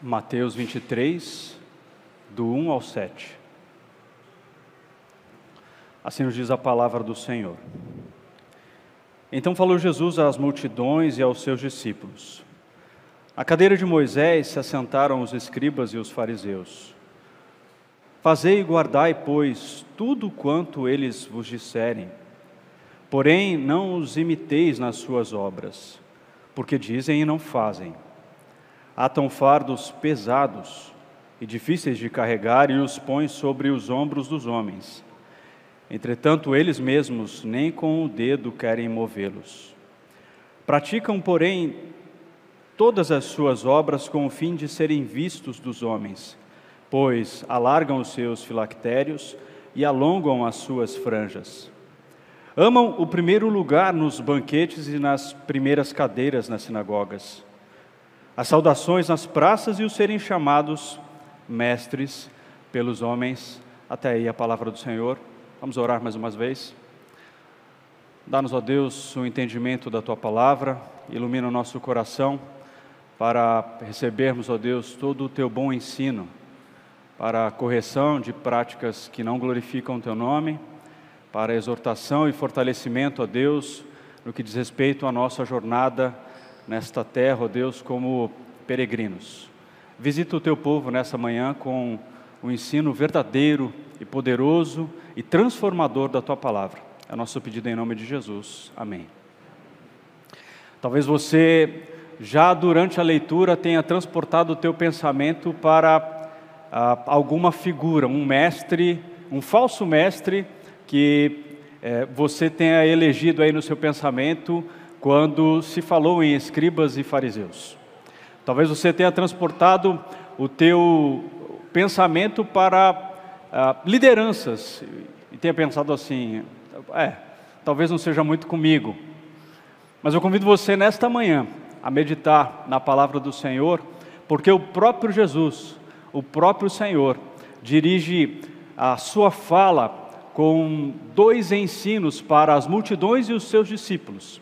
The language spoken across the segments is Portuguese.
Mateus 23, do 1 ao 7. Assim nos diz a palavra do Senhor. Então falou Jesus às multidões e aos seus discípulos. À cadeira de Moisés se assentaram os escribas e os fariseus. Fazei e guardai, pois, tudo quanto eles vos disserem. Porém, não os imiteis nas suas obras, porque dizem e não fazem. Atam fardos pesados e difíceis de carregar e os põem sobre os ombros dos homens. Entretanto, eles mesmos nem com o dedo querem movê-los. Praticam, porém, todas as suas obras com o fim de serem vistos dos homens, pois alargam os seus filactérios e alongam as suas franjas. Amam o primeiro lugar nos banquetes e nas primeiras cadeiras nas sinagogas, as saudações nas praças e os serem chamados mestres pelos homens. Até aí a palavra do Senhor. Vamos orar mais uma vez. Dá-nos, ó Deus, o entendimento da Tua palavra, ilumina o nosso coração para recebermos, ó Deus, todo o Teu bom ensino, para a correção de práticas que não glorificam o Teu nome, para a exortação e fortalecimento, ó Deus, no que diz respeito à nossa jornada nesta terra, ó Deus, como peregrinos. Visita o Teu povo nessa manhã com o ensino verdadeiro e poderoso e transformador da Tua palavra. É o nosso pedido em nome de Jesus. Amém. Talvez você, já durante a leitura, tenha transportado o teu pensamento para alguma figura, um mestre, um falso mestre, que você tenha elegido aí no seu pensamento quando se falou em escribas e fariseus. Talvez você tenha transportado o teu pensamento para lideranças e tenha pensado assim, talvez não seja muito comigo. Mas eu convido você nesta manhã a meditar na palavra do Senhor, porque o próprio Jesus, o próprio Senhor, dirige a sua fala com dois ensinos para as multidões e os seus discípulos.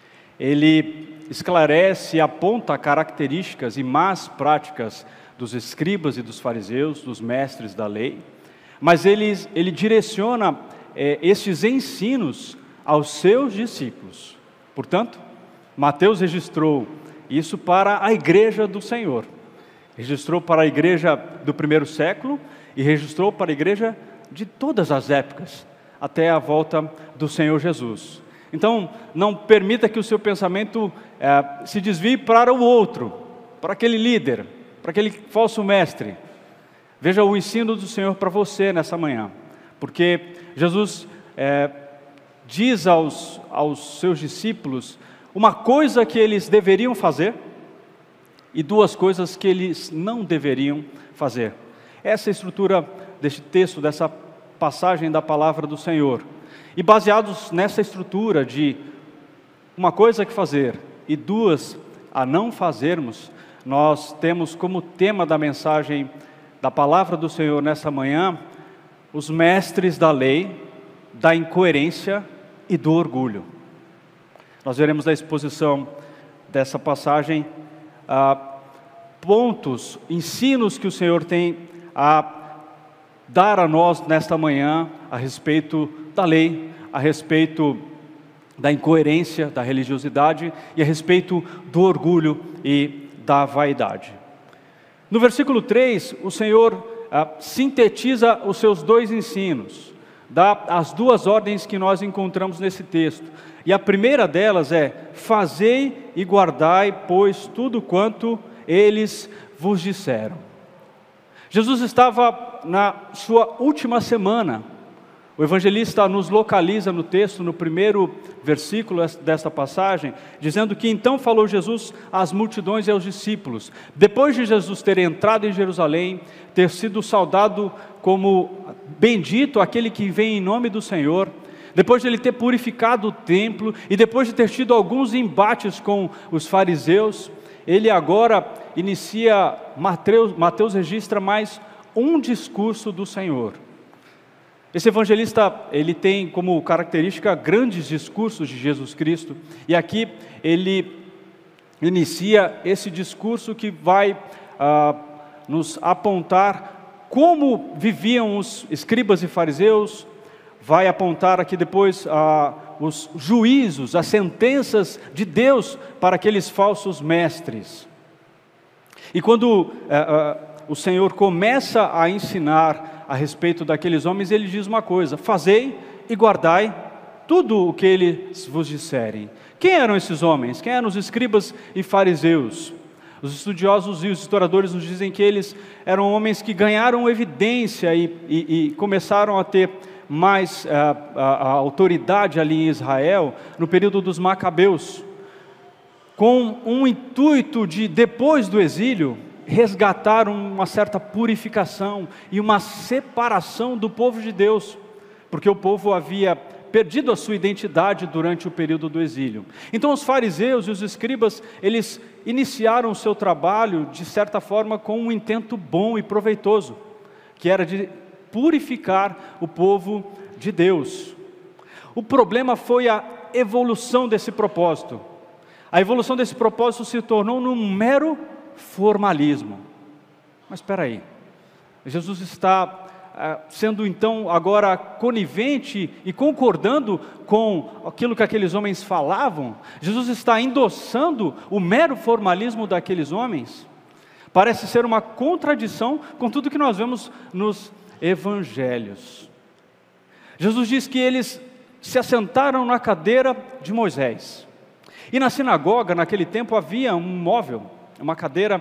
Ele esclarece e aponta características e más práticas dos escribas e dos fariseus, dos mestres da lei, mas ele direciona estes ensinos aos seus discípulos. Portanto, Mateus registrou isso para a igreja do Senhor, registrou para a igreja do primeiro século e registrou para a igreja de todas as épocas, até a volta do Senhor Jesus. Então, não permita que o seu pensamento se desvie para o outro, para aquele líder, para aquele falso mestre. Veja o ensino do Senhor para você nessa manhã, porque Jesus diz aos seus discípulos uma coisa que eles deveriam fazer e duas coisas que eles não deveriam fazer. Essa é a estrutura deste texto, dessa passagem da palavra do Senhor. E baseados nessa estrutura de uma coisa que fazer e duas a não fazermos, nós temos como tema da mensagem da palavra do Senhor nessa manhã, os mestres da lei, da incoerência e do orgulho. Nós veremos na exposição dessa passagem pontos, ensinos que o Senhor tem a dar a nós nesta manhã a respeito da lei, a respeito da incoerência, da religiosidade e a respeito do orgulho e da vaidade. No versículo 3, o Senhor sintetiza os seus dois ensinos, dá as duas ordens que nós encontramos nesse texto. E a primeira delas é: fazei e guardai, pois, tudo quanto eles vos disseram. Jesus estava na sua última semana. O evangelista nos localiza no texto, no primeiro versículo desta passagem, dizendo que então falou Jesus às multidões e aos discípulos. Depois de Jesus ter entrado em Jerusalém, ter sido saudado como bendito aquele que vem em nome do Senhor, depois de ele ter purificado o templo e depois de ter tido alguns embates com os fariseus, ele agora inicia, Mateus registra mais um discurso do Senhor. Esse evangelista, ele tem como característica grandes discursos de Jesus Cristo, e aqui ele inicia esse discurso que vai nos apontar como viviam os escribas e fariseus, vai apontar aqui depois os juízos, as sentenças de Deus para aqueles falsos mestres. E quando o Senhor começa a ensinar a respeito daqueles homens, ele diz uma coisa: fazei e guardai tudo o que eles vos disserem. Quem eram esses homens? Quem eram os escribas e fariseus? Os estudiosos e os historiadores nos dizem que eles eram homens que ganharam evidência e começaram a ter mais a autoridade ali em Israel no período dos Macabeus, com um intuito de, depois do exílio, resgatar uma certa purificação e uma separação do povo de Deus, porque o povo havia perdido a sua identidade durante o período do exílio. Então os fariseus e os escribas, eles iniciaram o seu trabalho, de certa forma, com um intento bom e proveitoso, que era de purificar o povo de Deus. O problema foi a evolução desse propósito. A evolução desse propósito se tornou num mero formalismo. Mas espera aí, Jesus está sendo então agora conivente e concordando com aquilo que aqueles homens falavam? Jesus está endossando o mero formalismo daqueles homens? Parece ser uma contradição com tudo que nós vemos nos evangelhos. Jesus diz que eles se assentaram na cadeira de Moisés. E na sinagoga, naquele tempo, havia um móvel, uma cadeira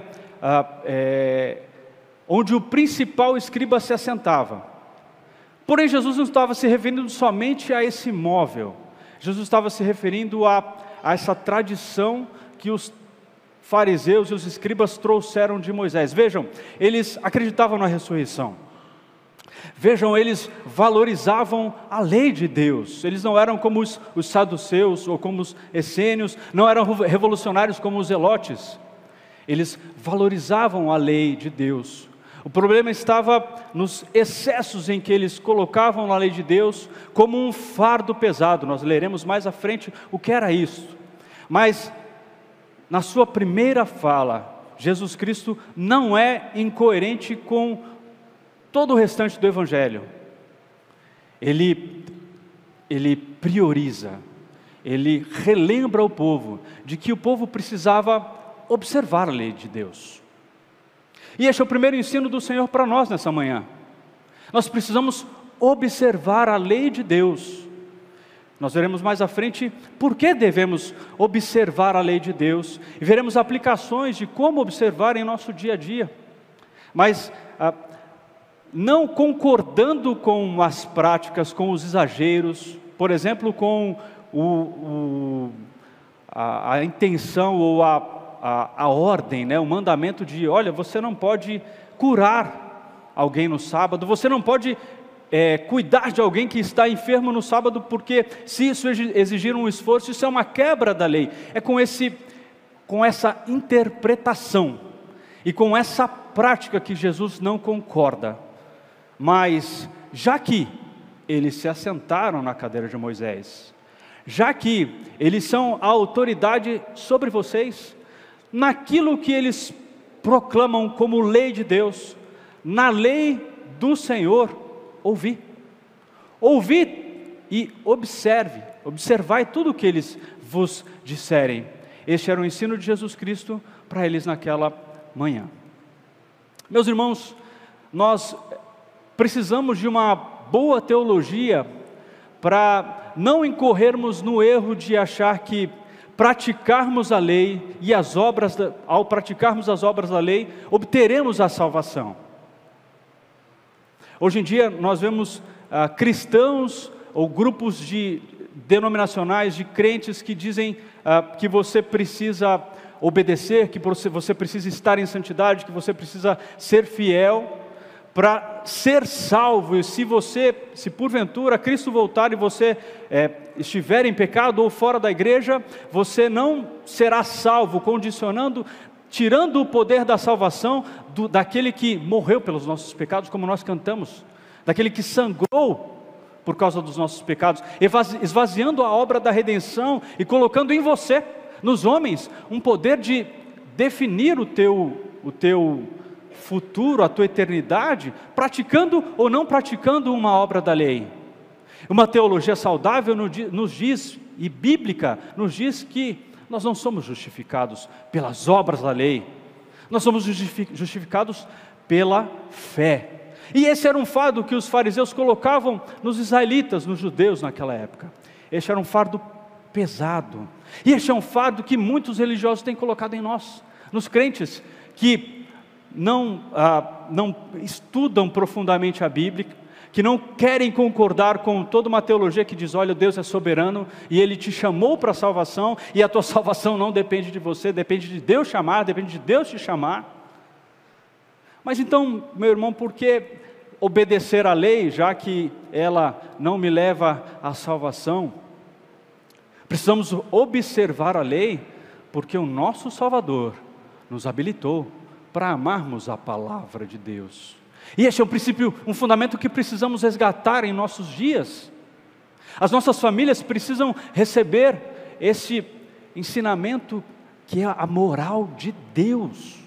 onde o principal escriba se assentava. Porém, Jesus não estava se referindo somente a esse móvel. Jesus estava se referindo a essa tradição que os fariseus e os escribas trouxeram de Moisés. Vejam, eles acreditavam na ressurreição. Vejam, eles valorizavam a lei de Deus. Eles não eram como os saduceus ou como os essênios, não eram revolucionários como os zelotes. Eles valorizavam a lei de Deus. O problema estava nos excessos em que eles colocavam na lei de Deus como um fardo pesado. Nós leremos mais à frente o que era isso. Mas, na sua primeira fala, Jesus Cristo não é incoerente com todo o restante do Evangelho. Ele prioriza, ele relembra o povo de que o povo precisava observar a lei de Deus. E este é o primeiro ensino do Senhor para nós nessa manhã. Nós precisamos observar a lei de Deus. Nós veremos mais à frente por que devemos observar a lei de Deus, e veremos aplicações de como observar em nosso dia a dia. Mas não concordando com as práticas, com os exageros, por exemplo, com a intenção ou a ordem, né, o mandamento de, olha, você não pode curar alguém no sábado, você não pode cuidar de alguém que está enfermo no sábado, porque se isso exigir um esforço, isso é uma quebra da lei. É com essa interpretação e com essa prática que Jesus não concorda. Mas, já que eles se assentaram na cadeira de Moisés, já que eles são a autoridade sobre vocês, naquilo que eles proclamam como lei de Deus, na lei do Senhor, ouvi e observai tudo o que eles vos disserem. Este era o ensino de Jesus Cristo para eles naquela manhã. Meus irmãos, nós precisamos de uma boa teologia para não incorrermos no erro de achar que praticarmos a lei e ao praticarmos as obras da lei, obteremos a salvação. Hoje em dia nós vemos cristãos ou grupos denominacionais de crentes que dizem que você precisa obedecer, que você precisa estar em santidade, que você precisa ser fiel para ser salvo. E se porventura Cristo voltar e você estiver em pecado ou fora da igreja, você não será salvo, tirando o poder da salvação daquele que morreu pelos nossos pecados, como nós cantamos, daquele que sangrou por causa dos nossos pecados, esvaziando a obra da redenção e colocando em você, nos homens, um poder de definir o teu futuro, a tua eternidade, praticando ou não praticando uma obra da lei. Uma teologia saudável nos diz, e bíblica, nos diz que nós não somos justificados pelas obras da lei, nós somos justificados pela fé. E esse era um fardo que os fariseus colocavam nos israelitas, nos judeus naquela época. Este era um fardo pesado, e este é um fardo que muitos religiosos têm colocado em nós, nos crentes que não estudam profundamente a Bíblia, que não querem concordar com toda uma teologia que diz: olha, Deus é soberano e Ele te chamou para a salvação, e a tua salvação não depende de você, depende de Deus chamar, depende de Deus te chamar. Mas então, meu irmão, por que obedecer à lei, já que ela não me leva à salvação? Precisamos observar a lei, porque o nosso Salvador nos habilitou para amarmos a palavra de Deus. E este é um princípio, um fundamento que precisamos resgatar em nossos dias. As nossas famílias precisam receber esse ensinamento que é a moral de Deus.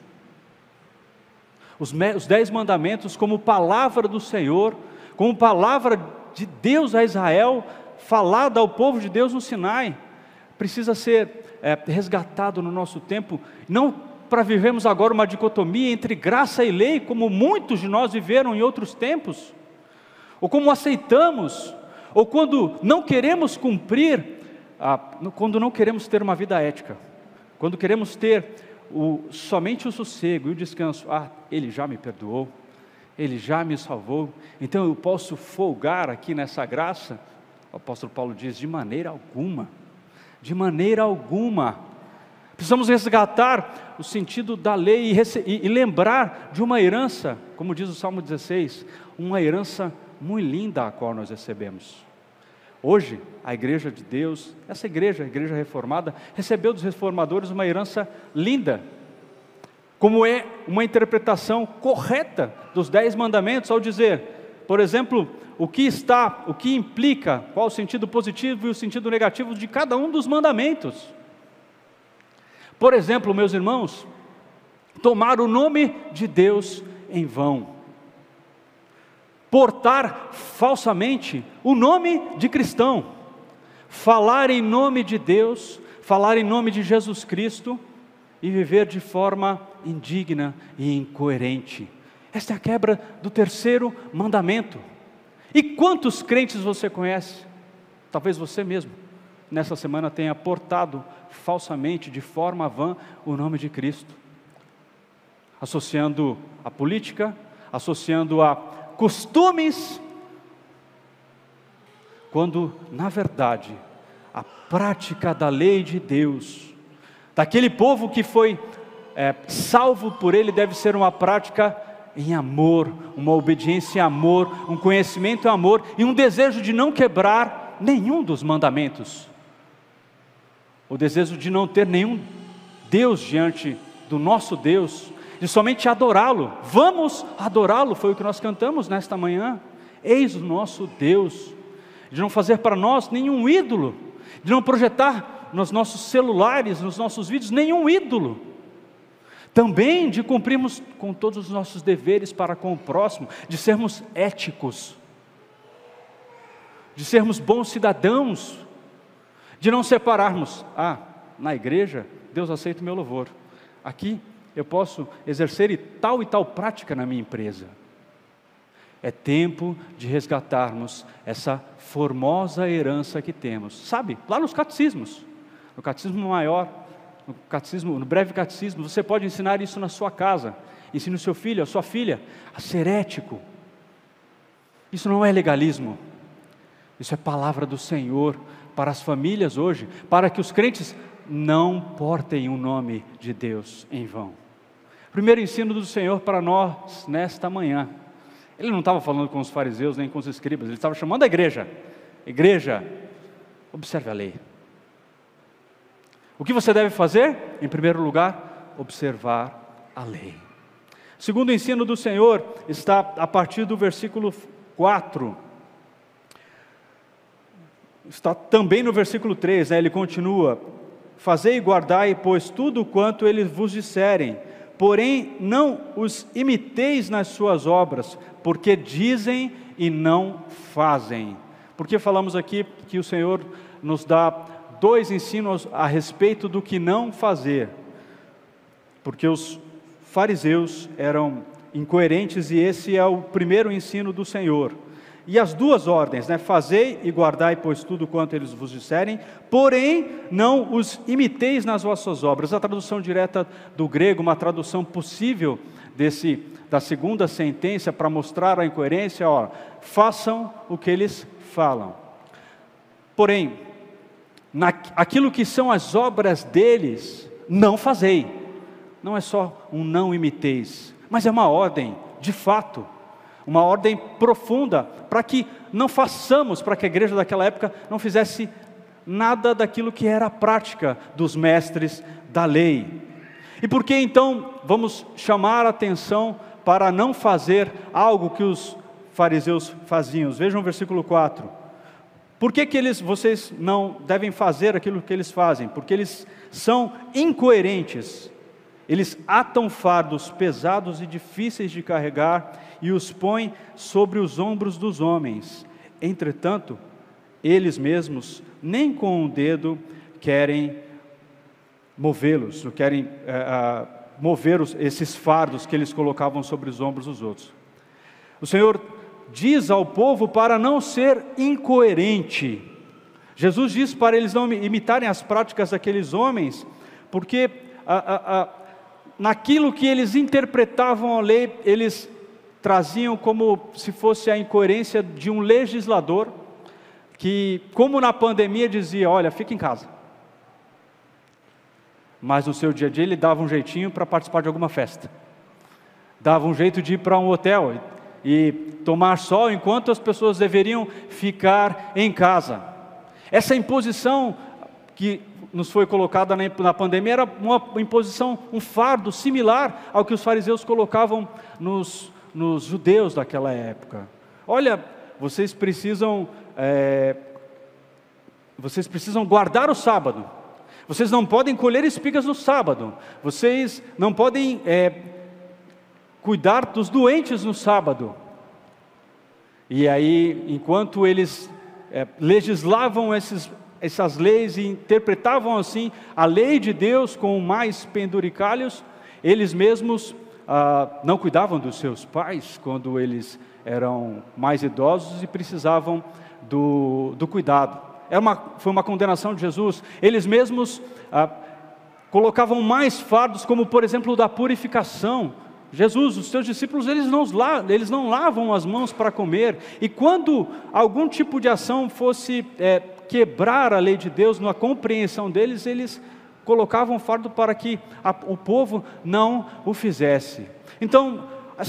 Os 10 mandamentos como palavra do Senhor, como palavra de Deus a Israel, falada ao povo de Deus no Sinai, precisa ser resgatado no nosso tempo, não para vivermos agora uma dicotomia entre graça e lei, como muitos de nós viveram em outros tempos, ou como aceitamos, ou quando não queremos cumprir, quando não queremos ter uma vida ética, quando queremos ter somente o sossego e o descanso. Ele já me perdoou, Ele já me salvou, então eu posso folgar aqui nessa graça. O apóstolo Paulo diz: de maneira alguma, de maneira alguma. Precisamos resgatar o sentido da lei e lembrar de uma herança, como diz o Salmo 16, uma herança muito linda a qual nós recebemos. Hoje, a igreja de Deus, essa igreja, a igreja reformada, recebeu dos reformadores uma herança linda, como é uma interpretação correta dos 10 mandamentos, ao dizer, por exemplo, o que implica, qual o sentido positivo e o sentido negativo de cada um dos mandamentos. Por exemplo, meus irmãos, tomar o nome de Deus em vão, portar falsamente o nome de cristão, falar em nome de Deus, falar em nome de Jesus Cristo e viver de forma indigna e incoerente. Esta é a quebra do 3º mandamento. E quantos crentes você conhece? Talvez você mesmo nessa semana tenha portado falsamente, de forma vã, o nome de Cristo, associando a política, associando a costumes, quando na verdade a prática da lei de Deus, daquele povo que foi salvo por Ele, deve ser uma prática em amor, uma obediência em amor, um conhecimento em amor e um desejo de não quebrar nenhum dos mandamentos. O desejo de não ter nenhum Deus diante do nosso Deus, de somente adorá-lo. Vamos adorá-lo, foi o que nós cantamos nesta manhã. Eis o nosso Deus. De não fazer para nós nenhum ídolo, de não projetar nos nossos celulares, nos nossos vídeos, nenhum ídolo. Também de cumprirmos com todos os nossos deveres para com o próximo, de sermos éticos, de sermos bons cidadãos, de não separarmos, na igreja Deus aceita o meu louvor, aqui eu posso exercer e tal prática na minha empresa. É tempo de resgatarmos essa formosa herança que temos, sabe, lá nos catecismos, no catecismo maior, no breve catecismo, você pode ensinar isso na sua casa, ensine o seu filho, a sua filha, a ser ético. Isso não é legalismo, isso é palavra do Senhor, para as famílias hoje, para que os crentes não portem o nome de Deus em vão. Primeiro ensino do Senhor para nós nesta manhã. Ele não estava falando com os fariseus nem com os escribas, ele estava chamando a igreja. Igreja, observe a lei. O que você deve fazer? Em primeiro lugar, observar a lei. O segundo ensino do Senhor está a partir do versículo 4. Está também no versículo 3, ele continua: fazei e guardai, pois, tudo quanto eles vos disserem, porém não os imiteis nas suas obras, porque dizem e não fazem. Porque falamos aqui que o Senhor nos dá 2 ensinos a respeito do que não fazer. Porque os fariseus eram incoerentes e esse é o primeiro ensino do Senhor. E as 2 ordens, fazei e guardai, pois tudo quanto eles vos disserem, porém não os imiteis nas vossas obras. A tradução direta do grego, uma tradução possível da segunda sentença para mostrar a incoerência, façam o que eles falam. Porém, aquilo que são as obras deles, não fazei. Não é só um não imiteis, mas é uma ordem, de fato, uma ordem profunda, para que não façamos, para que a igreja daquela época não fizesse nada daquilo que era a prática dos mestres da lei. E por que então vamos chamar a atenção para não fazer algo que os fariseus faziam? Vejam o versículo 4. Por que vocês não devem fazer aquilo que eles fazem? Porque eles são incoerentes. Eles atam fardos pesados e difíceis de carregar e os põem sobre os ombros dos homens. Entretanto, eles mesmos nem com um dedo querem movê-los, não querem mover esses fardos que eles colocavam sobre os ombros dos outros. O Senhor diz ao povo para não ser incoerente. Jesus diz para eles não imitarem as práticas daqueles homens, porque naquilo que eles interpretavam a lei, eles traziam como se fosse a incoerência de um legislador, que como na pandemia dizia, olha, fica em casa. Mas no seu dia a dia ele dava um jeitinho para participar de alguma festa. Dava um jeito de ir para um hotel e tomar sol, enquanto as pessoas deveriam ficar em casa. Essa imposição que nos foi colocada na pandemia era uma imposição, um fardo similar ao que os fariseus colocavam nos judeus daquela época. Olha, vocês precisam guardar o sábado, vocês não podem colher espigas no sábado, vocês não podem cuidar dos doentes no sábado. E aí, enquanto eles legislavam essas leis e interpretavam assim a lei de Deus com mais penduricalhos, eles mesmos não cuidavam dos seus pais quando eles eram mais idosos e precisavam do cuidado. Foi uma condenação de Jesus. Eles mesmos colocavam mais fardos, como por exemplo o da purificação. Jesus, os seus discípulos, eles não lavam as mãos para comer, e quando algum tipo de ação fosse quebrar a lei de Deus, na compreensão deles, eles colocavam fardo para que o povo não o fizesse. Então,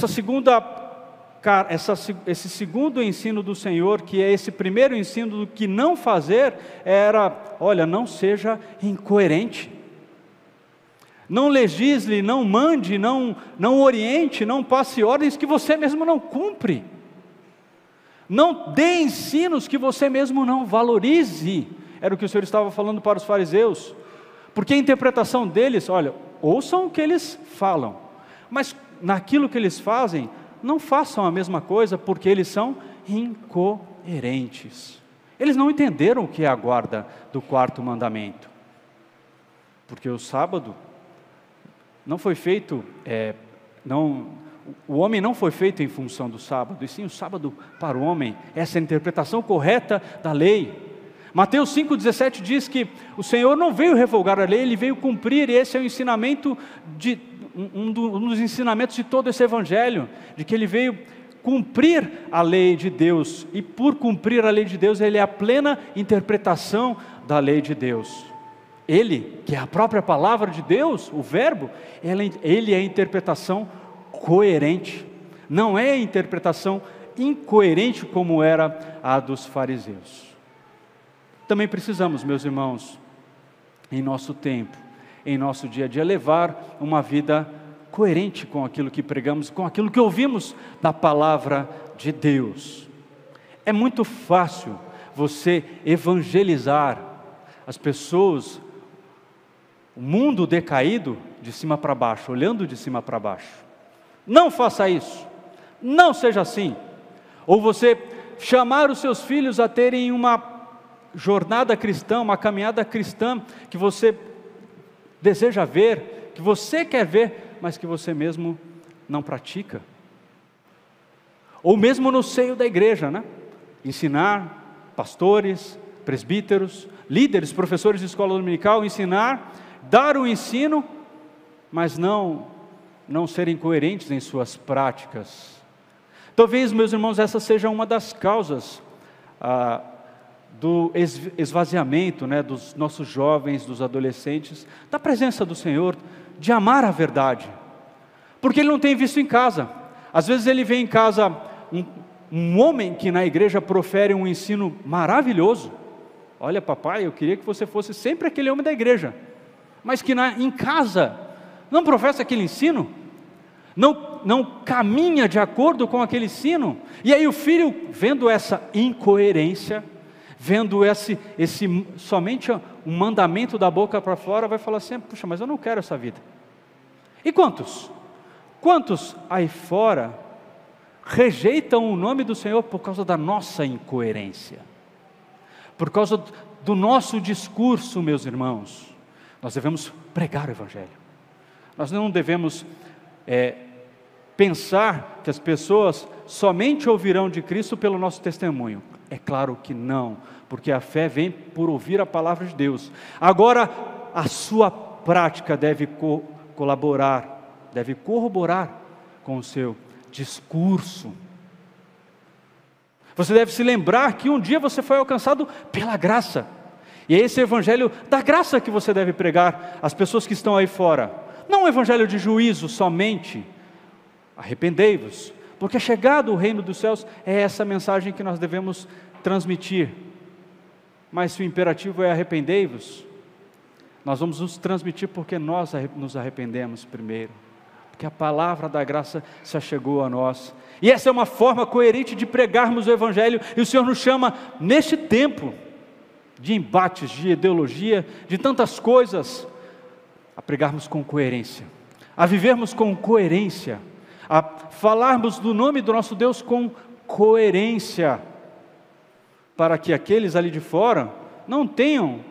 esse segundo ensino do Senhor, que é esse primeiro ensino do que não fazer, era, olha, não seja incoerente. Não legisle, não mande, não oriente, não passe ordens que você mesmo não cumpre. Não dê ensinos que você mesmo não valorize. Era o que o Senhor estava falando para os fariseus. Porque a interpretação deles, olha, ouçam o que eles falam, mas naquilo que eles fazem, não façam a mesma coisa, porque eles são incoerentes. Eles não entenderam o que é a guarda do 4º mandamento. Porque o sábado não foi feito, o homem não foi feito em função do sábado, e sim o sábado para o homem. Essa é a interpretação correta da lei. Mateus 5,17 diz que o Senhor não veio revogar a lei, Ele veio cumprir, e esse é o ensinamento, um dos ensinamentos de todo esse evangelho, de que Ele veio cumprir a lei de Deus, e por cumprir a lei de Deus, Ele é a plena interpretação da lei de Deus. Ele, que é a própria palavra de Deus, o verbo, ele é a interpretação coerente, não é a interpretação incoerente como era a dos fariseus. Também precisamos, meus irmãos, em nosso tempo, em nosso dia a dia, levar uma vida coerente com aquilo que pregamos, com aquilo que ouvimos da palavra de Deus. É muito fácil você evangelizar as pessoas, o mundo decaído, de cima para baixo, olhando de cima para baixo. Não faça isso, não seja assim. Ou você chamar os seus filhos a terem uma jornada cristã, uma caminhada cristã que você deseja ver, que você quer ver, mas que você mesmo não pratica. Ou mesmo no seio da igreja, né? Ensinar pastores, presbíteros, líderes, professores de escola dominical, ensinar, dar o ensino, mas não serem coerentes em suas práticas. Talvez, meus irmãos, essa seja uma das causas do esvaziamento, né, dos nossos jovens, dos adolescentes, da presença do Senhor, de amar a verdade, porque ele não tem visto em casa. Às vezes ele vê em casa um homem que na igreja profere um ensino maravilhoso. Olha, papai, eu queria que você fosse sempre aquele homem da igreja, mas que em casa não professa aquele ensino, não caminha de acordo com aquele ensino. E aí o filho, vendo essa incoerência, vendo somente um mandamento da boca para fora, vai falar assim: puxa, mas eu não quero essa vida. E quantos aí fora rejeitam o nome do Senhor por causa da nossa incoerência, por causa do nosso discurso, meus irmãos? Nós devemos pregar o Evangelho. Nós não devemos pensar que as pessoas somente ouvirão de Cristo pelo nosso testemunho. É claro que não, porque a fé vem por ouvir a palavra de Deus. Agora, a sua prática deve deve corroborar com o seu discurso. Você deve se lembrar que um dia você foi alcançado pela graça, e é esse evangelho da graça que você deve pregar às pessoas que estão aí fora. Não um evangelho de juízo somente. Arrependei-vos, porque chegado o reino dos céus. É essa mensagem que nós devemos transmitir. Mas se o imperativo é arrependei-vos, nós vamos nos transmitir porque nós nos arrependemos primeiro, porque a palavra da graça se achegou a nós. E essa é uma forma coerente de pregarmos o evangelho. E o Senhor nos chama neste tempo de embates, de ideologia, de tantas coisas, a pregarmos com coerência, a vivermos com coerência, a falarmos do nome do nosso Deus com coerência, para que aqueles ali de fora não tenham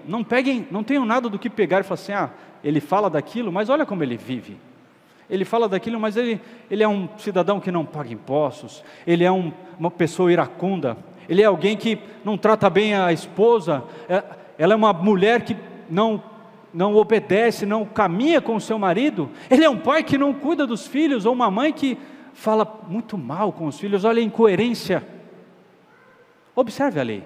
nada do que pegar e falar assim: ele fala daquilo, mas olha como ele vive. Ele fala daquilo, mas ele é um cidadão que não paga impostos, ele é uma pessoa iracunda, ele é alguém que não trata bem a esposa, ela é uma mulher que não obedece, não caminha com o seu marido, ele é um pai que não cuida dos filhos, ou uma mãe que fala muito mal com os filhos. Olha a incoerência. Observe a lei,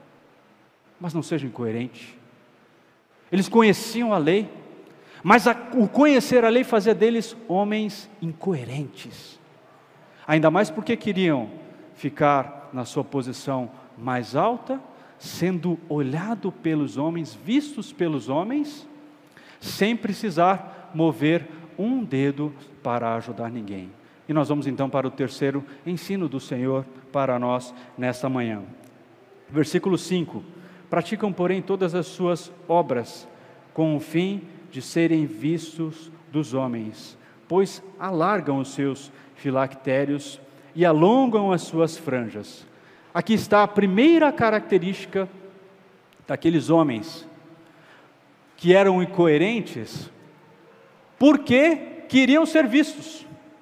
mas não seja incoerente. Eles conheciam a lei, mas o conhecer a lei fazia deles homens incoerentes, ainda mais porque queriam ficar na sua posição mais alta, sendo olhado pelos homens, vistos pelos homens, sem precisar mover um dedo para ajudar ninguém. E nós vamos então para o terceiro ensino do Senhor para nós nesta manhã. Versículo 5: praticam, porém, todas as suas obras com o fim de serem vistos dos homens, pois alargam os seus filactérios e alongam as suas franjas. Aqui está a primeira característica daqueles homens que eram incoerentes, porque queriam ser vistos.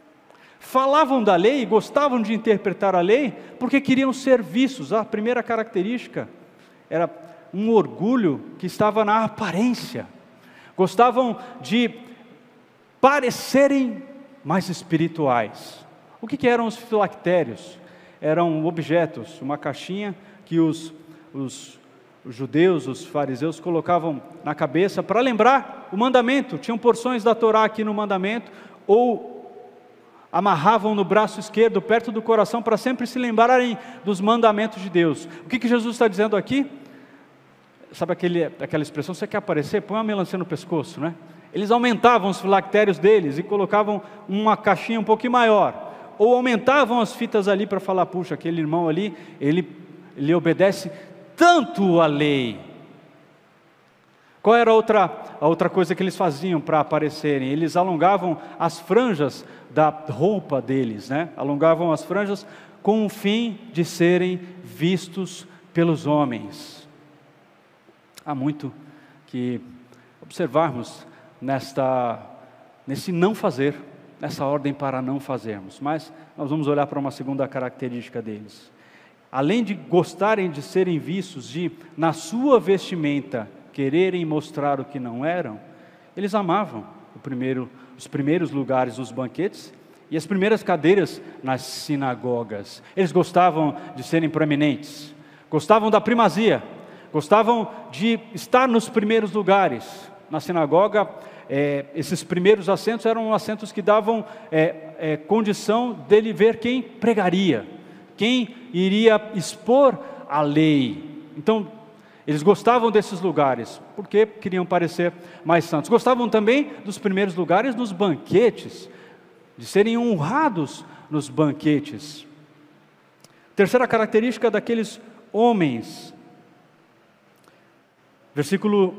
Falavam da lei, gostavam de interpretar a lei, porque queriam ser vistos. A primeira característica era um orgulho que estava na aparência. Gostavam de parecerem mais espirituais. O que eram os filactérios? Eram objetos, uma caixinha que os judeus, os fariseus, colocavam na cabeça para lembrar o mandamento. Tinham porções da Torá aqui no mandamento, ou amarravam no braço esquerdo, perto do coração, para sempre se lembrarem dos mandamentos de Deus. O que Jesus está dizendo aqui? Sabe aquela expressão: você quer aparecer? Põe uma melancia no pescoço, né? Eles aumentavam os filactérios deles e colocavam uma caixinha um pouquinho maior, ou aumentavam as fitas ali para falar: puxa, aquele irmão ali, ele obedece tanto à lei. Qual era a outra coisa que eles faziam para aparecerem? Eles alongavam as franjas da roupa deles, né? Alongavam as franjas com o fim de serem vistos pelos homens. Há muito que observarmos nesse não fazer, nessa ordem para não fazermos, mas nós vamos olhar para uma segunda característica deles. Além de gostarem de serem vistos, de na sua vestimenta quererem mostrar o que não eram, eles amavam os primeiros lugares dos banquetes e as primeiras cadeiras nas sinagogas. Eles gostavam de serem proeminentes, gostavam da primazia, gostavam de estar nos primeiros lugares. Na sinagoga, esses primeiros assentos eram assentos que davam condição dele ver quem pregaria, quem iria expor a lei. Então, eles gostavam desses lugares, porque queriam parecer mais santos. Gostavam também dos primeiros lugares nos banquetes, de serem honrados nos banquetes. Terceira característica daqueles homens, versículo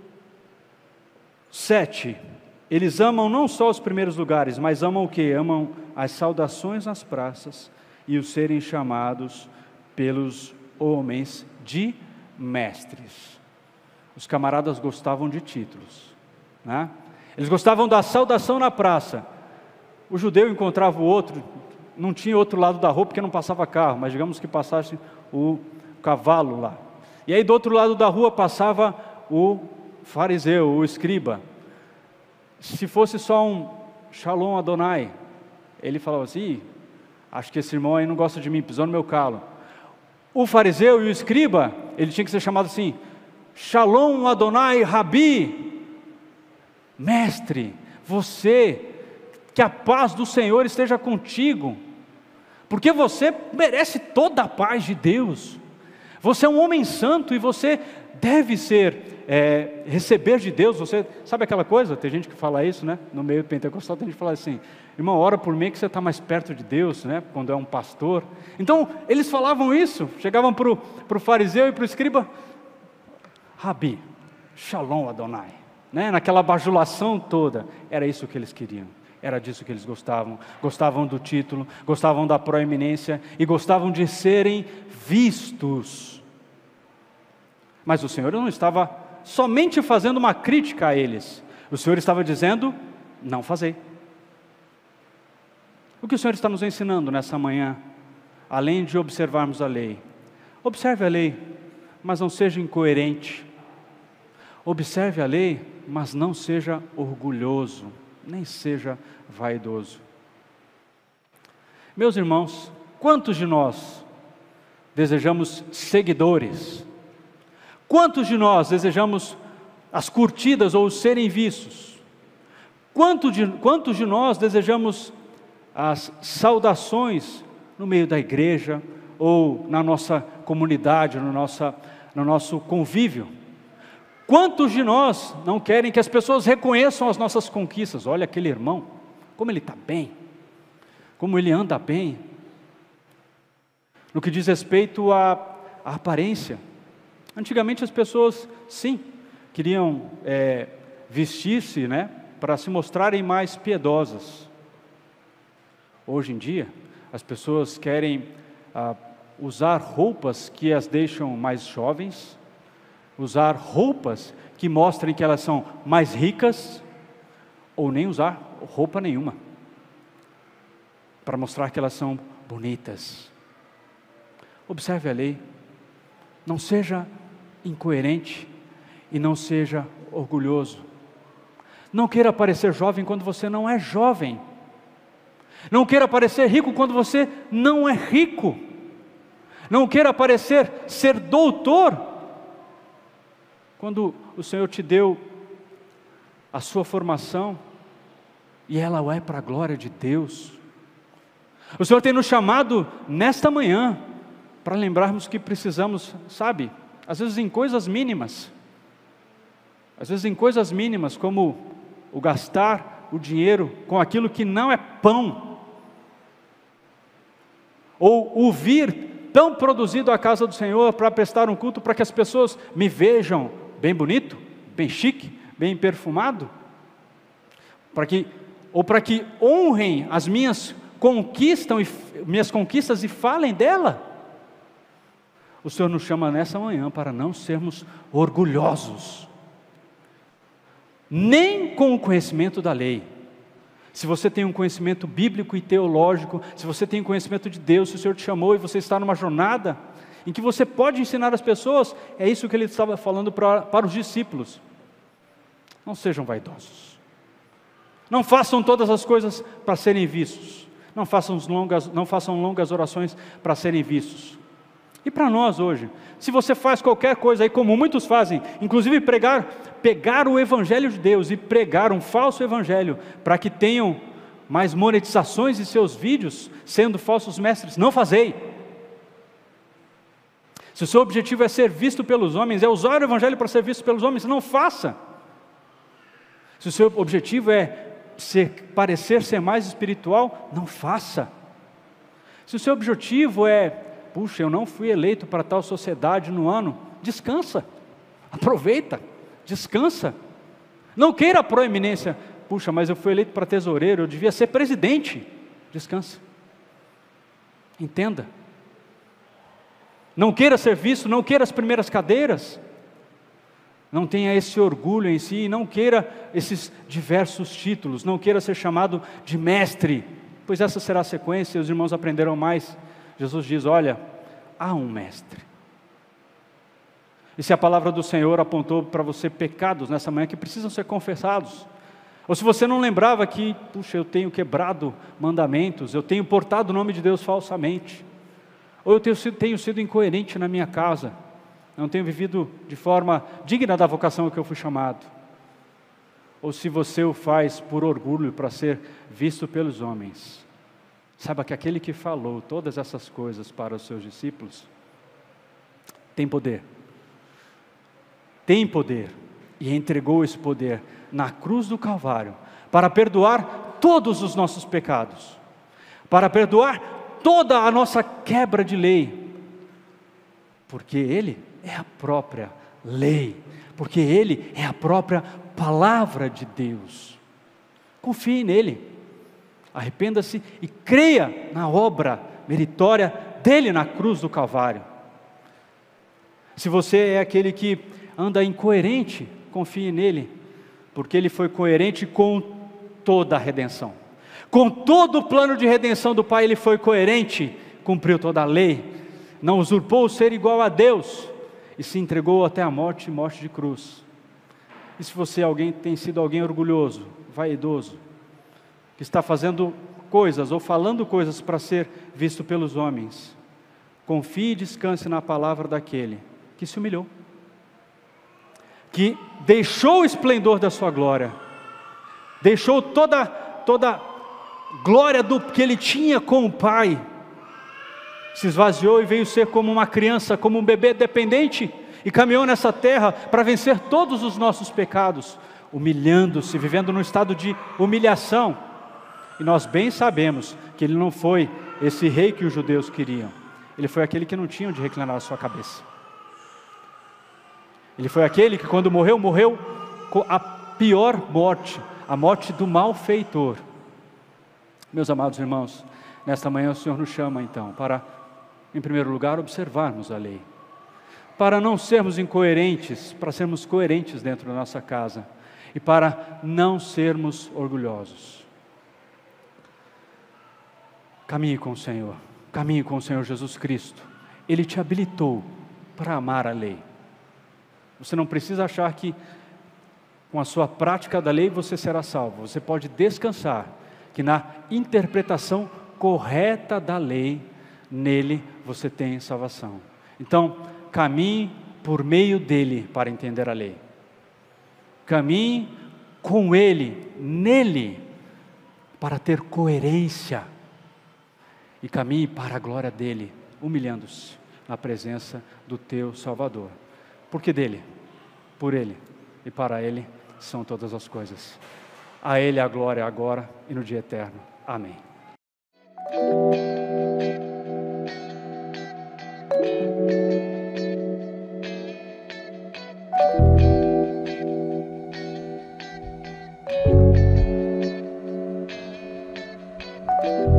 7, eles amam não só os primeiros lugares, mas amam o quê? Amam as saudações nas praças e os serem chamados pelos homens de mestres. Os camaradas gostavam de títulos, né? Eles gostavam da saudação na praça. O judeu encontrava o outro, não tinha outro lado da rua porque não passava carro, mas digamos que passasse o cavalo lá. E aí do outro lado da rua passava o fariseu, o escriba. Se fosse só um Shalom Adonai, ele falava assim: acho que esse irmão aí não gosta de mim, pisou no meu calo. O fariseu e o escriba, ele tinha que ser chamado assim: Shalom Adonai Rabi, mestre, você, que a paz do Senhor esteja contigo, porque você merece toda a paz de Deus. Você é um homem santo e você deve receber de Deus. Você sabe aquela coisa? Tem gente que fala isso, né? No meio pentecostal tem gente que fala assim: irmão, ora por mim que você está mais perto de Deus, né? Quando é um pastor. Então, eles falavam isso, chegavam para o fariseu e para o escriba: Rabi, Shalom Adonai, né? Naquela bajulação toda, era isso que eles queriam. Era disso que eles gostavam. Gostavam do título, gostavam da proeminência e gostavam de serem vistos. Mas o Senhor não estava somente fazendo uma crítica a eles. O Senhor estava dizendo: não fazei. O que o Senhor está nos ensinando nessa manhã, além de observarmos a lei? Observe a lei, mas não seja incoerente. Observe a lei, mas não seja orgulhoso, nem seja vaidoso. Meus irmãos, quantos de nós desejamos seguidores? Quantos de nós desejamos as curtidas ou os serem vistos? Quantos de nós desejamos as saudações no meio da igreja ou na nossa comunidade, no nosso convívio? Quantos de nós não querem que as pessoas reconheçam as nossas conquistas? Olha aquele irmão, como ele está bem, como ele anda bem. No que diz respeito à aparência, antigamente as pessoas, sim, queriam vestir-se, né, para se mostrarem mais piedosas. Hoje em dia, as pessoas querem usar roupas que as deixam mais jovens, usar roupas que mostrem que elas são mais ricas, ou nem usar roupa nenhuma, para mostrar que elas são bonitas. Observe a lei, não seja incoerente e não seja orgulhoso. Não queira parecer jovem quando você não é jovem. Não queira parecer rico quando você não é rico. Não queira parecer ser doutor quando o Senhor te deu a sua formação e ela é para a glória de Deus. O Senhor tem nos chamado nesta manhã para lembrarmos que precisamos, sabe, às vezes em coisas mínimas, como o gastar o dinheiro com aquilo que não é pão, ou o vir tão produzido à casa do Senhor para prestar um culto para que as pessoas me vejam bem bonito, bem chique, bem perfumado, para que honrem as minhas conquistas e falem dela. O Senhor nos chama nessa manhã para não sermos orgulhosos, nem com o conhecimento da lei. Se você tem um conhecimento bíblico e teológico, se você tem conhecimento de Deus, se o Senhor te chamou e você está numa jornada em que você pode ensinar as pessoas, é isso que Ele estava falando para os discípulos. Não sejam vaidosos, não façam todas as coisas para serem vistos, não façam longas orações para serem vistos. E para nós hoje, se você faz qualquer coisa aí, como muitos fazem, inclusive pegar o Evangelho de Deus e pregar um falso Evangelho, para que tenham mais monetizações em seus vídeos, sendo falsos mestres, não fazei. Se o seu objetivo é ser visto pelos homens, é usar o Evangelho para ser visto pelos homens, não faça. Se o seu objetivo é parecer ser mais espiritual, não faça. Se o seu objetivo é, puxa, eu não fui eleito para tal sociedade no ano, descansa, aproveita, descansa. Não queira a proeminência, puxa, mas eu fui eleito para tesoureiro, eu devia ser presidente, descansa. Entenda. Não queira ser visto, não queira as primeiras cadeiras, não tenha esse orgulho em si, não queira esses diversos títulos, não queira ser chamado de mestre, pois essa será a sequência, os irmãos aprenderão mais. Jesus diz, olha, há um mestre. E se a palavra do Senhor apontou para você pecados nessa manhã que precisam ser confessados, ou se você não lembrava que, puxa, eu tenho quebrado mandamentos, eu tenho portado o nome de Deus falsamente, ou eu tenho sido incoerente na minha casa, não tenho vivido de forma digna da vocação a que eu fui chamado, ou se você o faz por orgulho para ser visto pelos homens, saiba que aquele que falou todas essas coisas para os seus discípulos tem poder e entregou esse poder na cruz do Calvário para perdoar todos os nossos pecados, para perdoar toda a nossa quebra de lei, porque Ele é a própria lei, porque Ele é a própria palavra de Deus. Confie nele, arrependa-se e creia na obra meritória dele na cruz do Calvário. Se você é aquele que anda incoerente, confie nele, porque ele foi coerente com toda a redenção, com todo o plano de redenção do Pai. Ele foi coerente, cumpriu toda a lei, não usurpou o ser igual a Deus, e se entregou até a morte de cruz. E se você tem sido alguém orgulhoso, vaidoso, que está fazendo coisas ou falando coisas para ser visto pelos homens, confie e descanse na palavra daquele que se humilhou, que deixou o esplendor da sua glória, deixou toda glória do que ele tinha com o Pai, se esvaziou e veio ser como uma criança, como um bebê dependente, e caminhou nessa terra para vencer todos os nossos pecados, humilhando-se, vivendo num estado de humilhação. E nós bem sabemos que ele não foi esse rei que os judeus queriam, ele foi aquele que não tinha onde reclinar a sua cabeça. Ele foi aquele que quando morreu com a pior morte, a morte do malfeitor. Meus amados irmãos, nesta manhã o Senhor nos chama então para, em primeiro lugar, observarmos a lei, para não sermos incoerentes, para sermos coerentes dentro da nossa casa, e para não sermos orgulhosos. Caminhe com o Senhor Jesus Cristo. Ele te habilitou para amar a lei. Você não precisa achar que com a sua prática da lei você será salvo. Você pode descansar que na interpretação correta da lei, nele você tem salvação. Então, caminhe por meio dele para entender a lei. Caminhe com ele, nele, para ter coerência. E caminhe para a glória dele, humilhando-se na presença do teu Salvador. Porque dele, por ele e para ele são todas as coisas. A ele a glória agora e no dia eterno. Amém. Amém.